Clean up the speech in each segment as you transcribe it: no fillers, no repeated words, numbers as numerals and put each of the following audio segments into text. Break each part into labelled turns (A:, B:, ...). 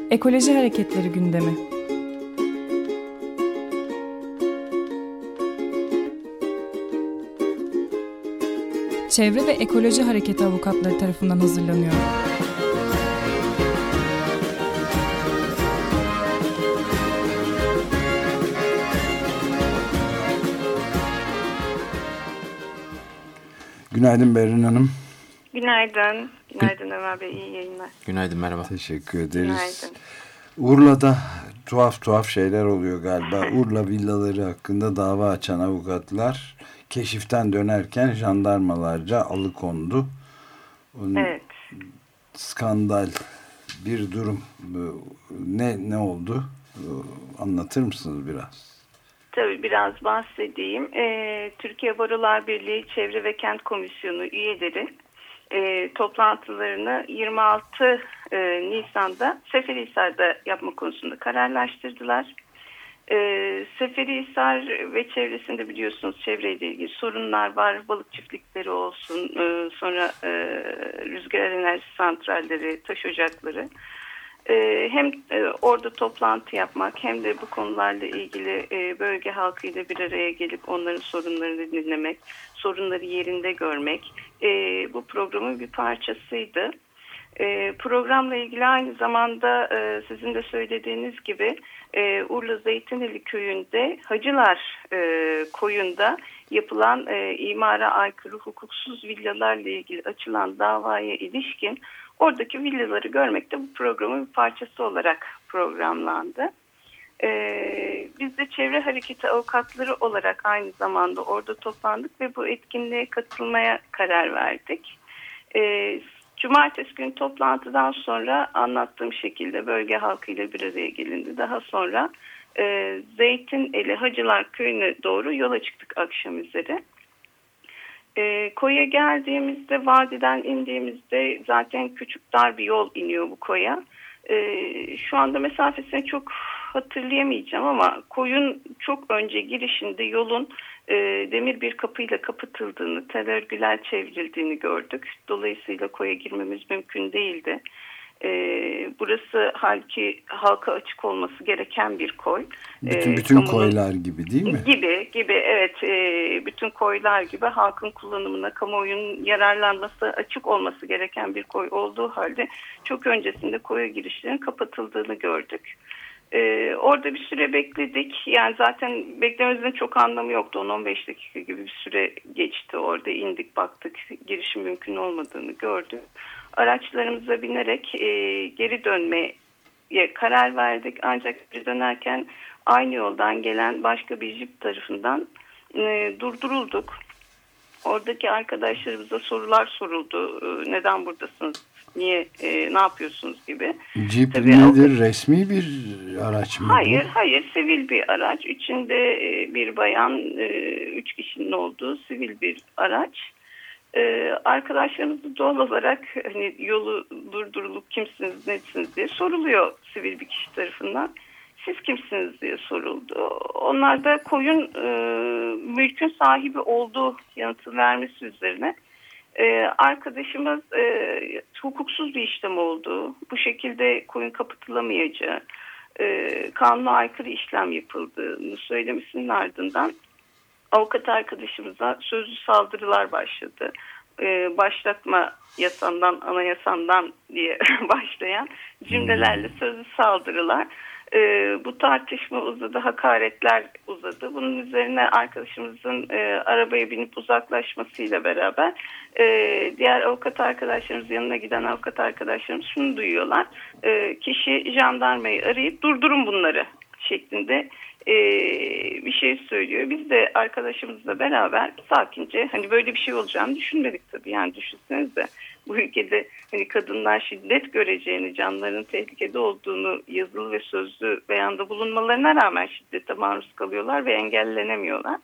A: Ekoloji hareketleri gündemi. Çevre ve Ekoloji Hareketi avukatları tarafından hazırlanıyor.
B: Günaydın Berrin Hanım.
C: Günaydın. Günaydın Ömer Bey, iyi yayınlar.
D: Günaydın, merhaba.
B: Teşekkür ederiz.
C: Günaydın.
B: Urla'da tuhaf şeyler oluyor galiba. Urla villaları hakkında dava açan avukatlar keşiften dönerken jandarmalarca alıkondu.
C: Evet.
B: Skandal bir durum. Ne oldu? Anlatır mısınız biraz?
C: Tabii biraz bahsedeyim. Türkiye Barolar Birliği Çevre ve Kent Komisyonu üyeleri toplantılarını 26 Nisan'da Seferihisar'da yapma konusunda kararlaştırdılar. Seferihisar ve çevresinde biliyorsunuz çevreyle ilgili sorunlar var. Balık çiftlikleri olsun, sonra rüzgar enerji santralleri, taş ocakları. Hem orada toplantı yapmak hem de bu konularla ilgili bölge halkıyla bir araya gelip onların sorunlarını dinlemek, sorunları yerinde görmek bu programın bir parçasıydı. Programla ilgili aynı zamanda sizin de söylediğiniz gibi Urla Zeytinli Köyü'nde Hacılar Koyu'nda yapılan imara aykırı hukuksuz villalarla ilgili açılan davaya ilişkin oradaki villaları görmek de bu programın bir parçası olarak programlandı. Biz de çevre hareketi avukatları olarak aynı zamanda orada toplandık ve bu etkinliğe katılmaya karar verdik. Cumartesi günü toplantıdan sonra anlattığım şekilde bölge halkıyla bir araya gelindi. Daha sonra Zeytineli Hacılar Köyü'ne doğru yola çıktık akşam üzeri. Koya geldiğimizde, vadiden indiğimizde zaten küçük dar bir yol iniyor bu koya. Şu anda mesafesini çok hatırlayamayacağım ama koyun çok önce girişinde yolun demir bir kapıyla kapatıldığını, tel örgüler çevrildiğini gördük. Dolayısıyla koya girmemiz mümkün değildi. Burası halki halka açık olması gereken bir koy.
B: Bütün koylar gibi değil mi?
C: Gibi evet, bütün koylar gibi halkın kullanımına, kamuoyunun yararlanması açık olması gereken bir koy olduğu halde çok öncesinde koya girişlerin kapatıldığını gördük. Orada bir süre bekledik. Yani zaten beklememizin çok anlamı yoktu. 10-15 dakika gibi bir süre geçti. Orada indik, baktık, girişin mümkün olmadığını gördük. Araçlarımıza binerek geri dönmeye karar verdik. Ancak geri dönerken aynı yoldan gelen başka bir jip tarafından durdurulduk. Oradaki arkadaşlarımıza sorular soruldu. Neden buradasınız? Niye, ne yapıyorsunuz gibi.
B: Jeep nedir? Resmi bir araç mı?
C: Hayır, sivil bir araç. İçinde bir bayan, 3 kişinin olduğu sivil bir araç. Arkadaşlarımız da doğal olarak hani yolu durdurulup kimsiniz, nesiniz diye soruluyor sivil bir kişi tarafından. Siz kimsiniz diye soruldu. Onlar da koyun mülkün sahibi olduğu yanıtı vermesi üzerine arkadaşımız hukuksuz bir işlem olduğu, bu şekilde koyun kapatılamayacağı, kanuna aykırı işlem yapıldığını söylemesinin ardından avukat arkadaşımıza sözlü saldırılar başladı. Başlatma yasandan, anayasandan diye başlayan cümlelerle sözlü saldırılar. Bu tartışma uzadı, hakaretler uzadı. Bunun üzerine arkadaşımızın arabaya binip uzaklaşmasıyla beraber diğer avukat arkadaşlarımız, yanına giden avukat arkadaşlarımız şunu duyuyorlar. Kişi jandarmayı arayıp durdurun bunları şeklinde bir şey söylüyor. Biz de arkadaşımızla beraber sakince, hani böyle bir şey olacağını düşünmedik tabii. Yani düşünsenize, bu ülkede hani kadınlar şiddet göreceğini, canlarının tehlikede olduğunu yazılı ve sözlü beyanda bulunmalarına rağmen şiddete maruz kalıyorlar ve engellenemiyorlar.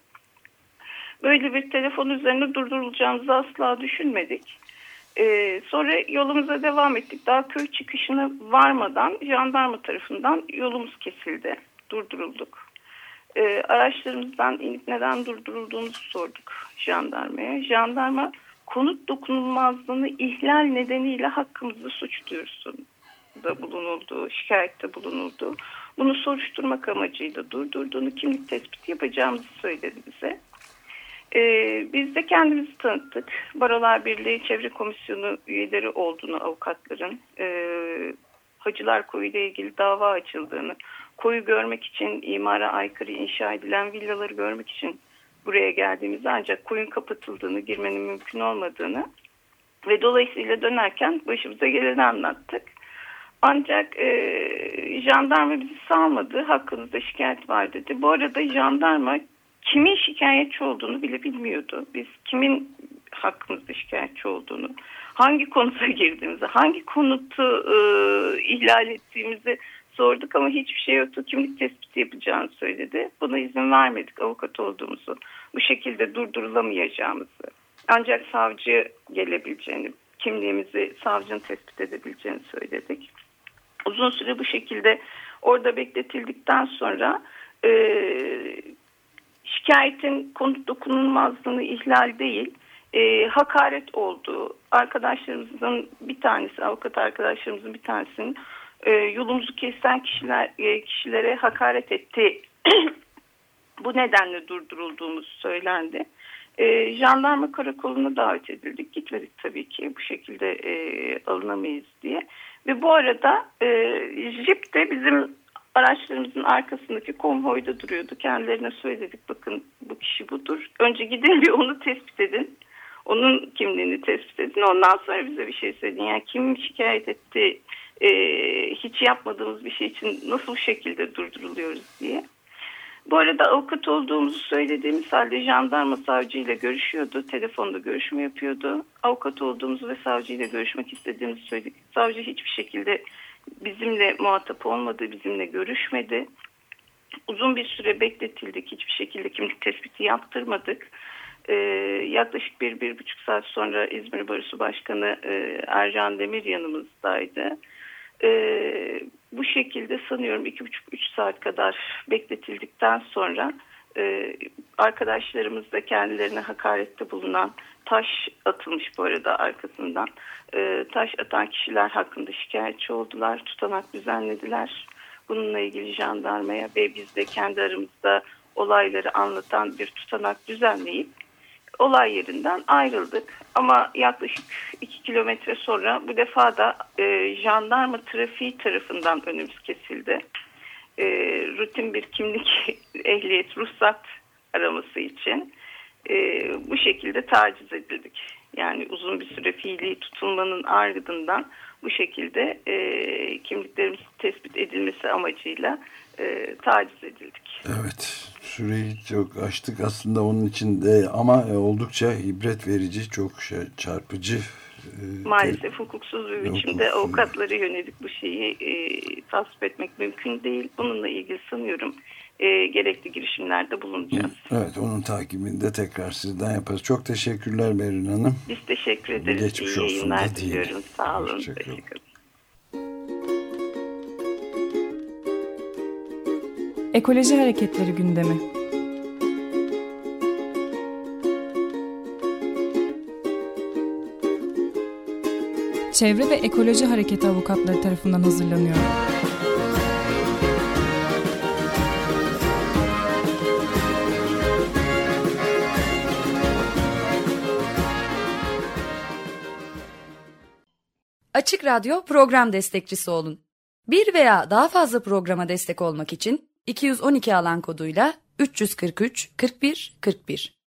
C: Böyle bir telefon üzerine durdurulacağımızı asla düşünmedik. Sonra yolumuza devam ettik. Daha köy çıkışına varmadan jandarma tarafından yolumuz kesildi. Durdurulduk. Araçlarımızdan inip neden durdurulduğumuzu sorduk jandarmaya. Jandarma konut dokunulmazlığını ihlal nedeniyle hakkımızda suç duyursun başvuruda bulunuldu, şikayette bulunuldu. Bunu soruşturmak amacıyla durdurduğunu, kimlik tespiti yapacağımızı söyledi bize. Biz de kendimizi tanıttık. Barolar Birliği Çevre Komisyonu üyeleri olduğunu avukatların, Hacılar Koyu ile ilgili dava açıldığını, koyu görmek için, imara aykırı inşa edilen villaları görmek için buraya geldiğimizi, ancak koyun kapatıldığını, girmenin mümkün olmadığını ve dolayısıyla dönerken başımıza geleni anlattık. Ancak jandarma bizi salmadı, hakkınızda şikayet var dedi. Bu arada jandarma kimin şikayetçi olduğunu bile bilmiyordu. Biz kimin hakkımızda şikayetçi olduğunu, hangi konuta girdiğimizi, hangi konutu ihlal ettiğimizi sorduk ama hiçbir şey yoktu. Kimlik tespiti yapacağını söyledi. Buna izin vermedik, avukat olduğumuzu, bu şekilde durdurulamayacağımızı. Ancak savcı gelebileceğini, kimliğimizi savcının tespit edebileceğini söyledik. Uzun süre bu şekilde orada bekletildikten sonra şikayetin konut dokunulmazlığını ihlal değil, hakaret olduğu, arkadaşlarımızın bir tanesi, avukat arkadaşlarımızın bir tanesinin yolumuzu kesen kişilere hakaret etti. Bu nedenle durdurulduğumuz söylendi. Jandarma karakoluna davet edildik. Gitmedik tabii ki, bu şekilde alınamayız diye. Ve bu arada jip de bizim araçlarımızın arkasındaki konvoyda duruyordu. Kendilerine söyledik, bakın bu kişi budur. Önce gidin ve onu tespit edin. Onun kimliğini tespit edin. Ondan sonra bize bir şey söyleyin. Yani kim şikayet etti, hiç yapmadığımız bir şey için nasıl bu şekilde durduruluyoruz diye. Bu arada avukat olduğumuzu söylediğimiz halde jandarma savcıyla görüşüyordu. Telefonda görüşme yapıyordu. Avukat olduğumuzu ve savcıyla görüşmek istediğimizi söyledik. Savcı hiçbir şekilde bizimle muhatap olmadı, bizimle görüşmedi. Uzun bir süre bekletildik. Hiçbir şekilde kimlik tespiti yaptırmadık. Yaklaşık 1-1,5 saat sonra İzmir Barosu Başkanı Ercan Demir yanımızdaydı. Bu şekilde sanıyorum 2,5-3 saat kadar bekletildikten sonra arkadaşlarımız da kendilerine hakarette bulunan, taş atılmış bu arada arkasından, taş atan kişiler hakkında şikayetçi oldular, tutanak düzenlediler. Bununla ilgili jandarmaya ve biz de kendi aramızda olayları anlatan bir tutanak düzenleyip olay yerinden ayrıldık. Ama yaklaşık 2 kilometre sonra bu defa da jandarma trafiği tarafından önümüz kesildi. Rutin bir kimlik, ehliyet, ruhsat araması için bu şekilde taciz edildik. Yani uzun bir süre fiili tutulmanın ardından bu şekilde kimliklerimiz tespit edilmesi amacıyla taciz edildik.
B: Evet, süreyi çok aştık aslında onun için de, ama oldukça ibret verici, çok çarpıcı.
C: Maalesef hukuksuz bir biçimde avukatlara yönelik bu şeyi tasvip etmek mümkün değil. Bununla ilgili sanıyorum gerekli girişimlerde bulunacağız.
B: Evet, onun takibinde tekrar sizden yaparız. Çok teşekkürler Berin Hanım.
C: Biz teşekkür ederiz.
B: Geçmiş olsun. İyi
C: yayınlar diliyorum. Sağ olun. Teşekkür.
A: Ekoloji hareketleri gündemi. Çevre ve Ekoloji Hareketi avukatları tarafından hazırlanıyor.
D: Açık Radyo program destekçisi olun. Bir veya daha fazla programa destek olmak için 212 alan koduyla 343 41 41